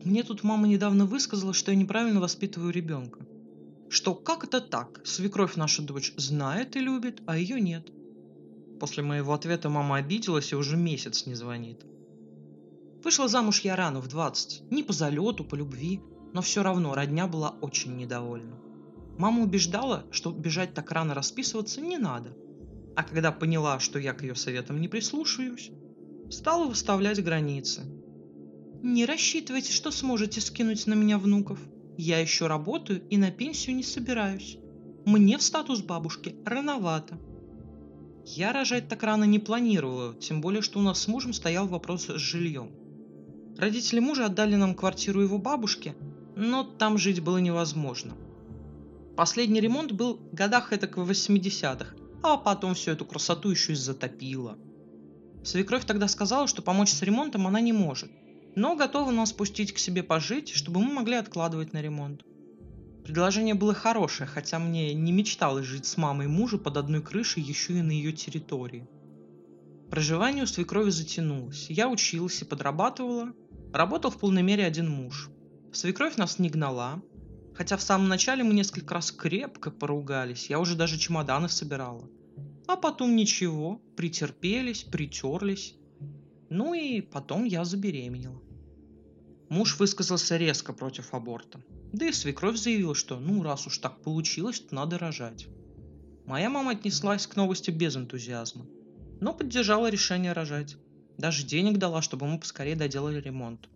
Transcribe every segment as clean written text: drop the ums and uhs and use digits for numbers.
Мне тут мама недавно высказала, что я неправильно воспитываю ребенка. Что как это так? Свекровь наша дочь знает и любит, а ее нет. После моего ответа мама обиделась и уже месяц не звонит. Вышла замуж я рано, в 20. Не по залету, по любви, но все равно родня была очень недовольна. Мама убеждала, что бежать так рано расписываться не надо. А когда поняла, что я к ее советам не прислушаюсь, стала выставлять границы. Не рассчитывайте, что сможете скинуть на меня внуков. Я еще работаю и на пенсию не собираюсь. Мне в статус бабушки рановато. Я рожать так рано не планировала, тем более, что у нас с мужем стоял вопрос с жильем. Родители мужа отдали нам квартиру его бабушке, но там жить было невозможно. Последний ремонт был в годах этак в 80-х, а потом всю эту красоту еще и затопило. Свекровь тогда сказала, что помочь с ремонтом она не может, но готова нас пустить к себе пожить, чтобы мы могли откладывать на ремонт. Предложение было хорошее, хотя мне не мечталось жить с мамой мужа под одной крышей еще и на ее территории. Проживание у свекрови затянулось. Я училась и подрабатывала. Работал в полной мере один муж. Свекровь нас не гнала, хотя в самом начале мы несколько раз крепко поругались. Я уже даже чемоданы собирала. А потом ничего, претерпелись, притерлись. Ну и потом я забеременела. Муж высказался резко против аборта. Да и свекровь заявила, что раз уж так получилось, то надо рожать. Моя мама отнеслась к новости без энтузиазма, но поддержала решение рожать. Даже денег дала, чтобы мы поскорее доделали ремонт.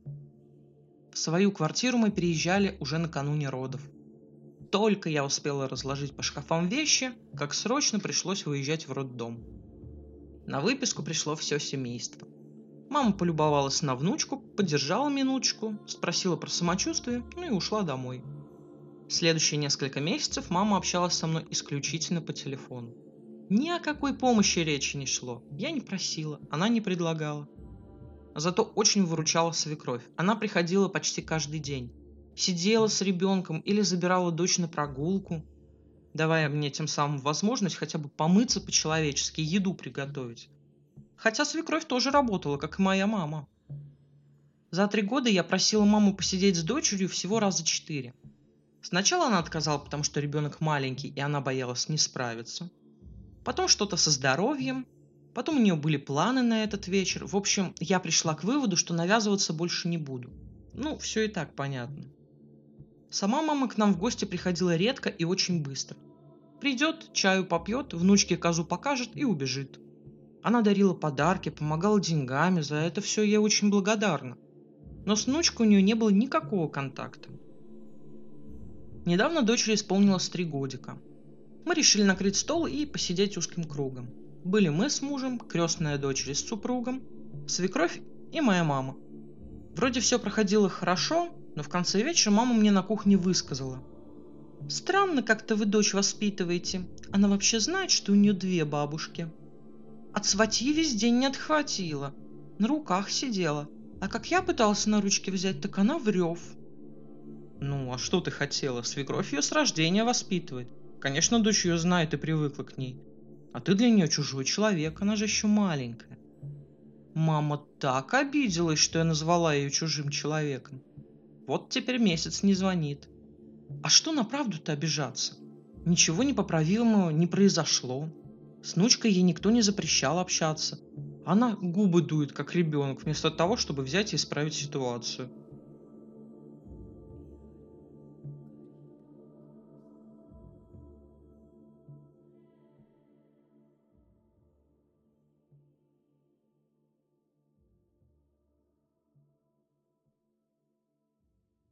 В свою квартиру мы переезжали уже накануне родов. Только я успела разложить по шкафам вещи, как срочно пришлось выезжать в роддом. На выписку пришло все семейство. Мама полюбовалась на внучку, поддержала минуточку, спросила про самочувствие, и ушла домой. Следующие несколько месяцев мама общалась со мной исключительно по телефону. Ни о какой помощи речи не шло. Я не просила, она не предлагала. Зато очень выручала свекровь. Она приходила почти каждый день. Сидела с ребенком или забирала дочь на прогулку, давая мне тем самым возможность хотя бы помыться по-человечески, еду приготовить. Хотя свекровь тоже работала, как и моя мама. За 3 года я просила маму посидеть с дочерью всего раза 4. Сначала она отказала, потому что ребенок маленький, и она боялась не справиться. Потом что-то со здоровьем. Потом у нее были планы на этот вечер. В общем, я пришла к выводу, что навязываться больше не буду. Все и так понятно. Сама мама к нам в гости приходила редко и очень быстро. Придет, чаю попьет, внучке козу покажет и убежит. Она дарила подарки, помогала деньгами, за это все я очень благодарна. Но с внучкой у нее не было никакого контакта. Недавно дочери исполнилось 3 годика. Мы решили накрыть стол и посидеть узким кругом. Были мы с мужем, крестная дочери с супругом, свекровь и моя мама. Вроде все проходило хорошо, но в конце вечера мама мне на кухне высказала: «Странно как-то вы дочь воспитываете. Она вообще знает, что у нее 2 бабушки. От сватьи весь день не отхватила. На руках сидела. А как я пытался на ручки взять, так она врёв». А что ты хотела? Свекровь ее с рождения воспитывает. Конечно, дочь ее знает и привыкла к ней. А ты для нее чужой человек, она же еще маленькая. Мама так обиделась, что я назвала ее чужим человеком. Вот теперь месяц не звонит. А что на правду-то обижаться? Ничего непоправимого не произошло. С внучкой ей никто не запрещал общаться. Она губы дует, как ребенок, вместо того, чтобы взять и исправить ситуацию.